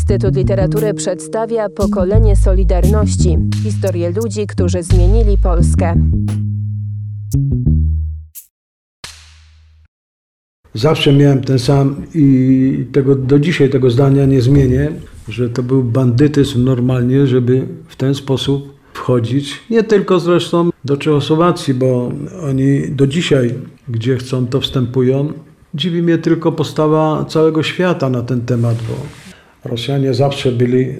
Instytut Literatury przedstawia Pokolenie Solidarności. Historię ludzi, którzy zmienili Polskę. Zawsze miałem ten sam i do dzisiaj tego zdania nie zmienię, że to był bandytyzm normalnie, żeby w ten sposób wchodzić. Nie tylko zresztą do Czechosłowacji, bo oni do dzisiaj, gdzie chcą, to wstępują. Dziwi mnie tylko postawa całego świata na ten temat, bo Rosjanie zawsze byli...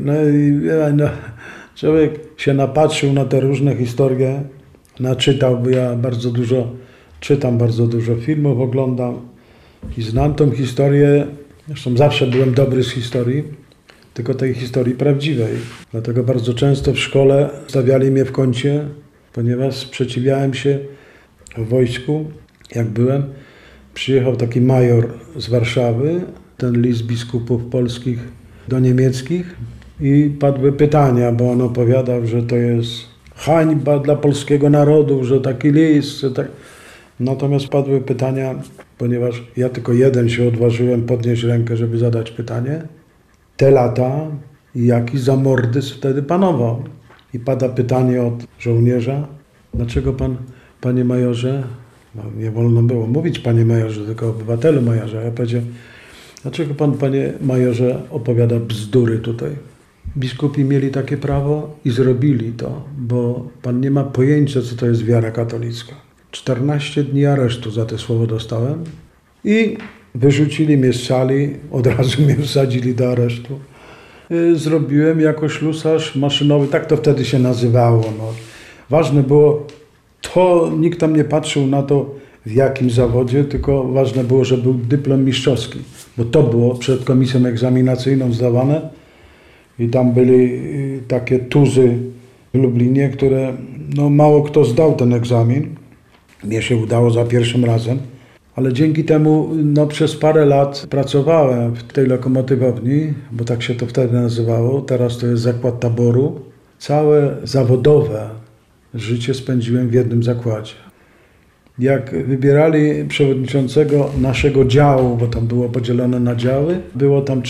Człowiek się napatrzył na te różne historie, naczytał, bo ja czytam bardzo dużo filmów, oglądam i znam tą historię. Zresztą zawsze byłem dobry z historii, tylko tej historii prawdziwej. Dlatego bardzo często w szkole stawiali mnie w kącie, ponieważ sprzeciwiałem się w wojsku, jak byłem. Przyjechał taki major z Warszawy, ten list biskupów polskich do niemieckich i padły pytania, bo on opowiadał, że to jest hańba dla polskiego narodu, że taki list, że tak. Natomiast padły pytania, ponieważ ja tylko jeden się odważyłem podnieść rękę, żeby zadać pytanie. Te lata i jaki zamordyzm wtedy panował. I pada pytanie od żołnierza, dlaczego pan, panie majorze, nie wolno było mówić panie majorze, tylko obywatelu majorze. Ja powiedziałem, dlaczego pan, panie majorze, opowiada bzdury tutaj? Biskupi mieli takie prawo i zrobili to, bo pan nie ma pojęcia, co to jest wiara katolicka. 14 dni aresztu za te słowo dostałem i wyrzucili mnie z sali, od razu mnie wsadzili do aresztu. Zrobiłem jako ślusarz maszynowy, tak to wtedy się nazywało. No. Ważne było to, nikt tam nie patrzył na to, w jakim zawodzie, tylko ważne było, że był dyplom mistrzowski, bo to było przed komisją egzaminacyjną zdawane i tam byli takie tuzy w Lublinie, które mało kto zdał ten egzamin. Mnie się udało za pierwszym razem, ale dzięki temu przez parę lat pracowałem w tej lokomotywowni, bo tak się to wtedy nazywało, teraz to jest zakład taboru. Całe zawodowe życie spędziłem w jednym zakładzie. Jak wybierali przewodniczącego naszego działu, bo tam było podzielone na działy, było tam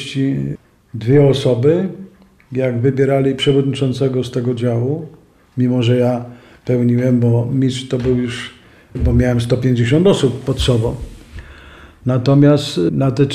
32 osoby. Jak wybierali przewodniczącego z tego działu, mimo że ja pełniłem, bo mistrz to był już, bo miałem 150 osób pod sobą. Natomiast na te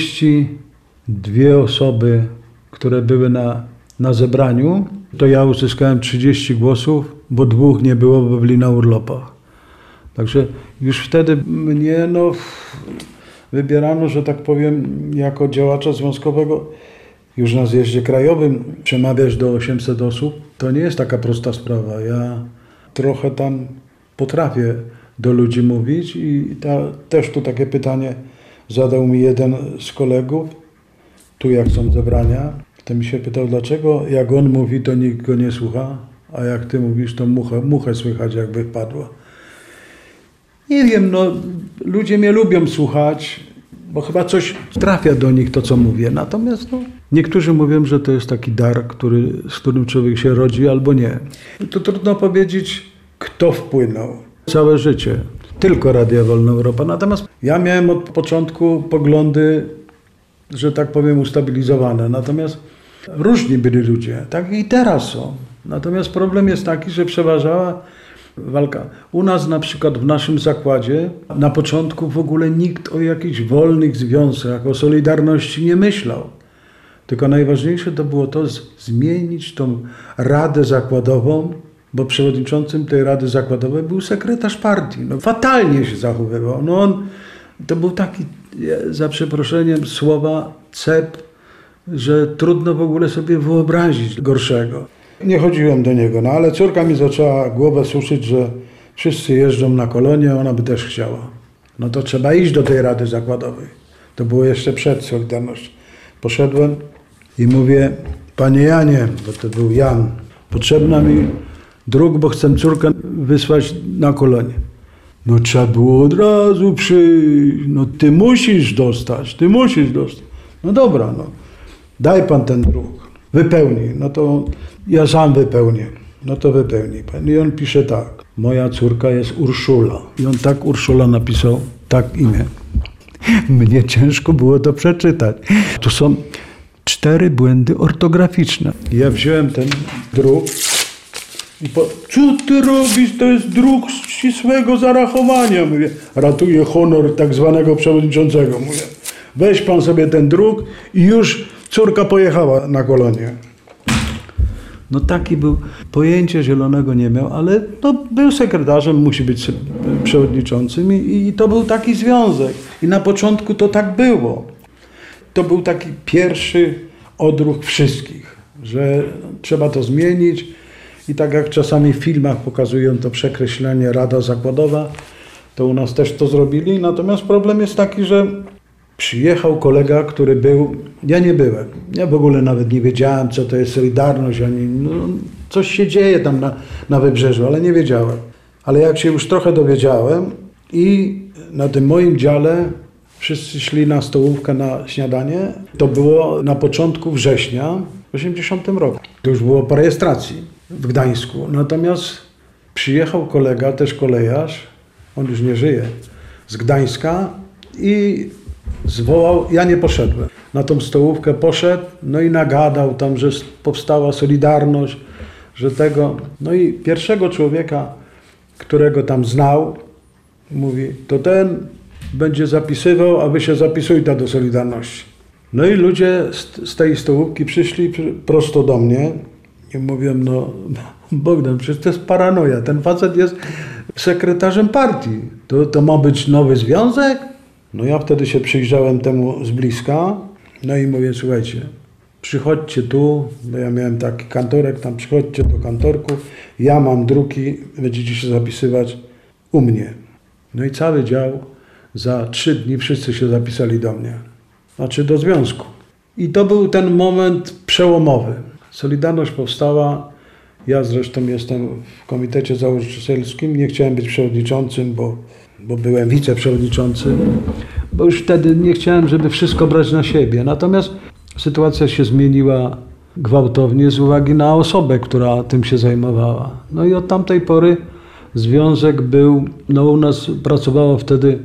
32 osoby, które były na zebraniu, to ja uzyskałem 30 głosów, bo 2 nie było, bo byli na urlopach. Także już wtedy mnie wybierano, że tak powiem, jako działacza związkowego. Już na zjeździe krajowym przemawiać do 800 osób, to nie jest taka prosta sprawa. Ja trochę tam potrafię do ludzi mówić i też tu takie pytanie zadał mi jeden z kolegów, tu jak są zebrania, to mi się pytał, dlaczego jak on mówi, to nikt go nie słucha, a jak ty mówisz, to muchę słychać, jakby wpadła. Nie wiem, ludzie mnie lubią słuchać, bo chyba coś trafia do nich to, co mówię. Natomiast niektórzy mówią, że to jest taki dar, z którym człowiek się rodzi albo nie. To trudno powiedzieć, kto wpłynął. Całe życie. Tylko Radia Wolna Europa. Natomiast ja miałem od początku poglądy, że tak powiem, ustabilizowane. Natomiast różni byli ludzie. Tak i teraz są. Natomiast problem jest taki, że przeważała walka. U nas na przykład w naszym zakładzie na początku w ogóle nikt o jakichś wolnych związkach, o Solidarności nie myślał. Tylko najważniejsze to było to zmienić tą radę zakładową, bo przewodniczącym tej rady zakładowej był sekretarz partii. Fatalnie się zachowywał. To był taki, za przeproszeniem słowa, cep, że trudno w ogóle sobie wyobrazić gorszego. Nie chodziłem do niego, ale córka mi zaczęła głowę suszyć, że wszyscy jeżdżą na kolonie, ona by też chciała. To trzeba iść do tej rady zakładowej. To było jeszcze przed Solidarnością. Poszedłem i mówię, panie Janie, bo to był Jan, potrzebna mi druk, bo chcę córkę wysłać na kolonie. Trzeba było od razu przyjść, ty musisz dostać. Dobra, daj pan ten druk. Wypełnij, to ja sam wypełnię. To wypełnij pan. I on pisze tak, moja córka jest Urszula. I on tak Urszula napisał, tak imię. Mnie ciężko było to przeczytać. To są 4 błędy ortograficzne. Ja wziąłem ten druk i co ty robisz? To jest druk ścisłego zarachowania. Mówię, ratuje honor tak zwanego przewodniczącego. Mówię, weź pan sobie ten druk i już córka pojechała na kolonię. No taki był, pojęcia zielonego nie miał, ale no, był sekretarzem, musi być przewodniczącym i to był taki związek. I na początku to tak było. To był taki pierwszy odruch wszystkich, że trzeba to zmienić i tak jak czasami w filmach pokazują to przekreślenie Rada Zakładowa, to u nas też to zrobili, natomiast problem jest taki, że przyjechał kolega, który był, ja nie byłem, ja w ogóle nawet nie wiedziałem, co to jest Solidarność, ani, no, coś się dzieje tam na Wybrzeżu, ale nie wiedziałem. Ale jak się już trochę dowiedziałem i na tym moim dziale wszyscy szli na stołówkę na śniadanie, to było na początku września w 80 roku. To już było po rejestracji w Gdańsku. Natomiast przyjechał kolega, też kolejarz, on już nie żyje, z Gdańska i zwołał, ja nie poszedłem. Na tą stołówkę poszedł, no i nagadał tam, że powstała Solidarność, że tego. No i pierwszego człowieka, którego tam znał, mówi, to ten będzie zapisywał, a wy się zapisujcie do Solidarności. No i ludzie z tej stołówki przyszli prosto do mnie i mówią, no Bogdan, przecież to jest paranoja, ten facet jest sekretarzem partii, to ma być nowy związek? No ja wtedy się przyjrzałem temu z bliska, no i mówię, słuchajcie, przychodźcie tu, bo ja miałem taki kantorek, tam przychodźcie do kantorku, ja mam druki, będziecie się zapisywać u mnie. No i cały dział, za 3 dni wszyscy się zapisali do mnie, znaczy do związku. I to był ten moment przełomowy. Solidarność powstała, ja zresztą jestem w komitecie założycielskim, nie chciałem być przewodniczącym, bo byłem wiceprzewodniczącym, bo już wtedy nie chciałem, żeby wszystko brać na siebie. Natomiast sytuacja się zmieniła gwałtownie z uwagi na osobę, która tym się zajmowała. No i od tamtej pory związek był, no u nas pracowało wtedy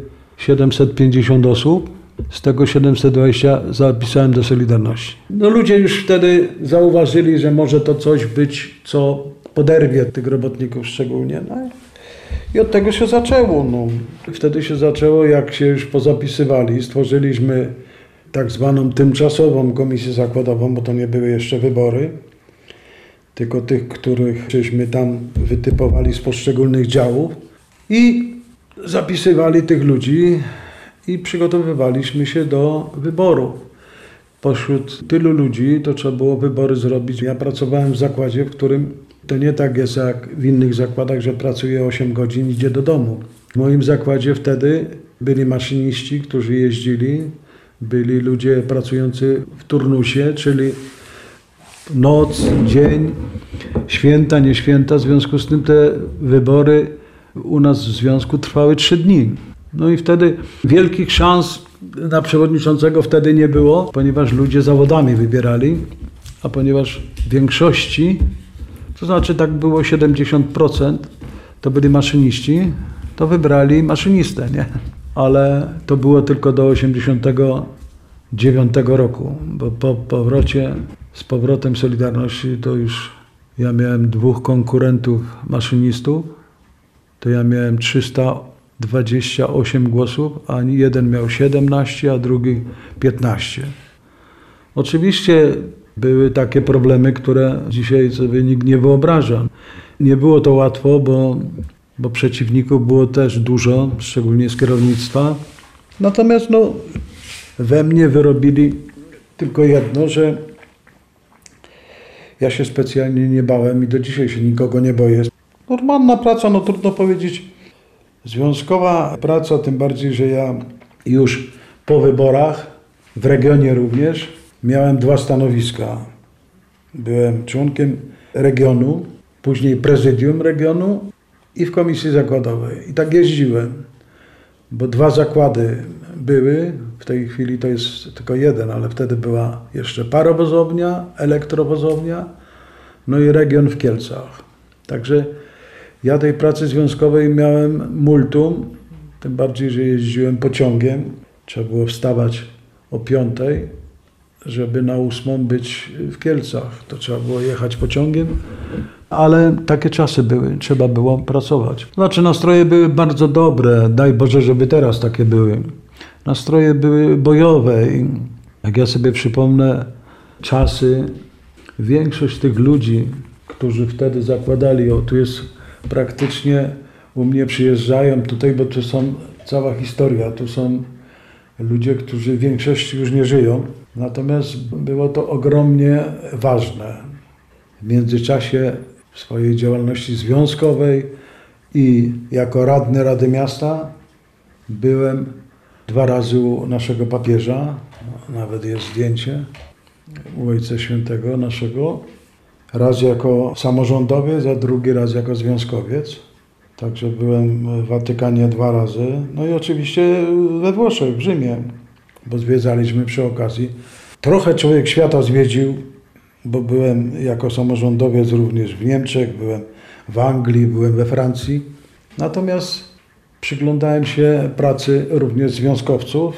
750 osób, z tego 720 zapisałem do Solidarności. No ludzie już wtedy zauważyli, że może to coś być, co poderwie tych robotników szczególnie. No i od tego się zaczęło. No. Wtedy się zaczęło, jak się już pozapisywali, stworzyliśmy tak zwaną tymczasową komisję zakładową, bo to nie były jeszcze wybory, tylko tych, których żeśmy tam wytypowali z poszczególnych działów i zapisywali tych ludzi i przygotowywaliśmy się do wyboru. Pośród tylu ludzi to trzeba było wybory zrobić. Ja pracowałem w zakładzie, w którym to nie tak jest jak w innych zakładach, że pracuje 8 godzin i idzie do domu. W moim zakładzie wtedy byli maszyniści, którzy jeździli, byli ludzie pracujący w turnusie, czyli noc, dzień, święta, nie święta. W związku z tym te wybory u nas w związku trwały 3 dni. No i wtedy wielkich szans na przewodniczącego wtedy nie było, ponieważ ludzie zawodami wybierali, a ponieważ w większości, to znaczy tak było 70%, to byli maszyniści, to wybrali maszynistę, nie? Ale to było tylko do 89 roku, bo po powrocie, z powrotem Solidarności to już ja miałem 2 konkurentów maszynistów, to ja miałem 328 głosów, a jeden miał 17, a drugi 15. Oczywiście były takie problemy, które dzisiaj sobie nikt nie wyobraża. Nie było to łatwo, bo przeciwników było też dużo, szczególnie z kierownictwa. Natomiast no, we mnie wyrobili tylko jedno, że ja się specjalnie nie bałem i do dzisiaj się nikogo nie boję. Normalna praca, no trudno powiedzieć, związkowa praca, tym bardziej, że ja już po wyborach, w regionie również, miałem 2 stanowiska. Byłem członkiem regionu, później prezydium regionu i w komisji zakładowej. I tak jeździłem, bo 2 zakłady były, w tej chwili to jest tylko 1, ale wtedy była jeszcze parowozownia, elektrowozownia, no i region w Kielcach. Także ja tej pracy związkowej miałem multum, tym bardziej, że jeździłem pociągiem. Trzeba było wstawać o 5, żeby na 8 być w Kielcach. To trzeba było jechać pociągiem. Ale takie czasy były, trzeba było pracować. Znaczy nastroje były bardzo dobre, daj Boże, żeby teraz takie były. Nastroje były bojowe i jak ja sobie przypomnę czasy, większość tych ludzi, którzy wtedy zakładali, tu jest praktycznie, u mnie przyjeżdżają tutaj, bo tu są cała historia, tu są ludzie, którzy w większości już nie żyją, natomiast było to ogromnie ważne. W międzyczasie swojej działalności związkowej i jako radny Rady Miasta byłem 2 razy u naszego papieża, nawet jest zdjęcie u Ojca Świętego naszego, raz jako samorządowiec, a drugi raz jako związkowiec. Także byłem w Watykanie 2 razy, no i oczywiście we Włoszech, w Rzymie, bo zwiedzaliśmy przy okazji. Trochę człowiek świata zwiedził, bo byłem jako samorządowiec również w Niemczech, byłem w Anglii, byłem we Francji. Natomiast przyglądałem się pracy również związkowców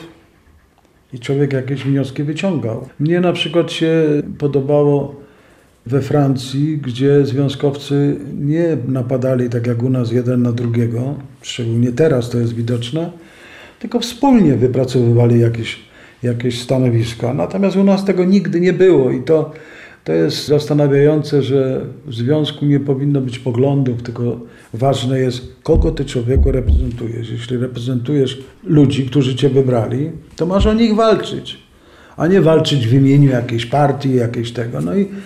i człowiek jakieś wnioski wyciągał. Mnie na przykład się podobało we Francji, gdzie związkowcy nie napadali tak jak u nas jeden na drugiego, szczególnie teraz to jest widoczne, tylko wspólnie wypracowywali jakieś stanowiska. Natomiast u nas tego nigdy nie było i to jest zastanawiające, że w związku nie powinno być poglądów, tylko ważne jest, kogo ty człowieku reprezentujesz. Jeśli reprezentujesz ludzi, którzy cię wybrali, to masz o nich walczyć, a nie walczyć w imieniu jakiejś partii, jakiejś tego. No i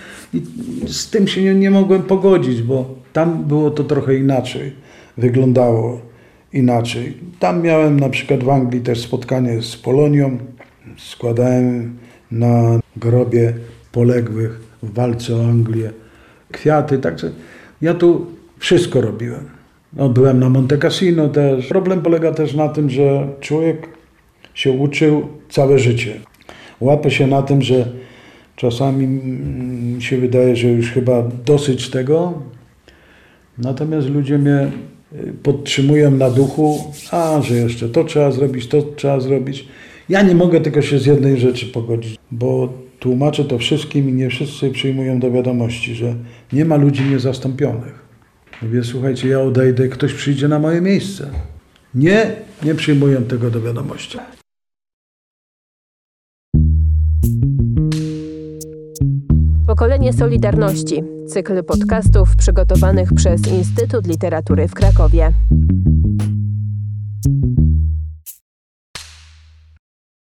z tym się nie mogłem pogodzić, bo tam było to trochę inaczej, wyglądało inaczej. Tam miałem na przykład w Anglii też spotkanie z Polonią, składałem na grobie poległych w walce o Anglię kwiaty, także ja tu wszystko robiłem. No, byłem na Monte Cassino też. Problem polega też na tym, że człowiek się uczył całe życie. Łapę się na tym, że czasami mi się wydaje, że już chyba dosyć tego, natomiast ludzie mnie podtrzymują na duchu, że jeszcze to trzeba zrobić. Ja nie mogę tylko się z jednej rzeczy pogodzić, bo tłumaczę to wszystkim i nie wszyscy przyjmują do wiadomości, że nie ma ludzi niezastąpionych. Mówię, słuchajcie, ja odejdę, ktoś przyjdzie na moje miejsce. Nie przyjmują tego do wiadomości. Pokolenie Solidarności. Cykl podcastów przygotowanych przez Instytut Literatury w Krakowie.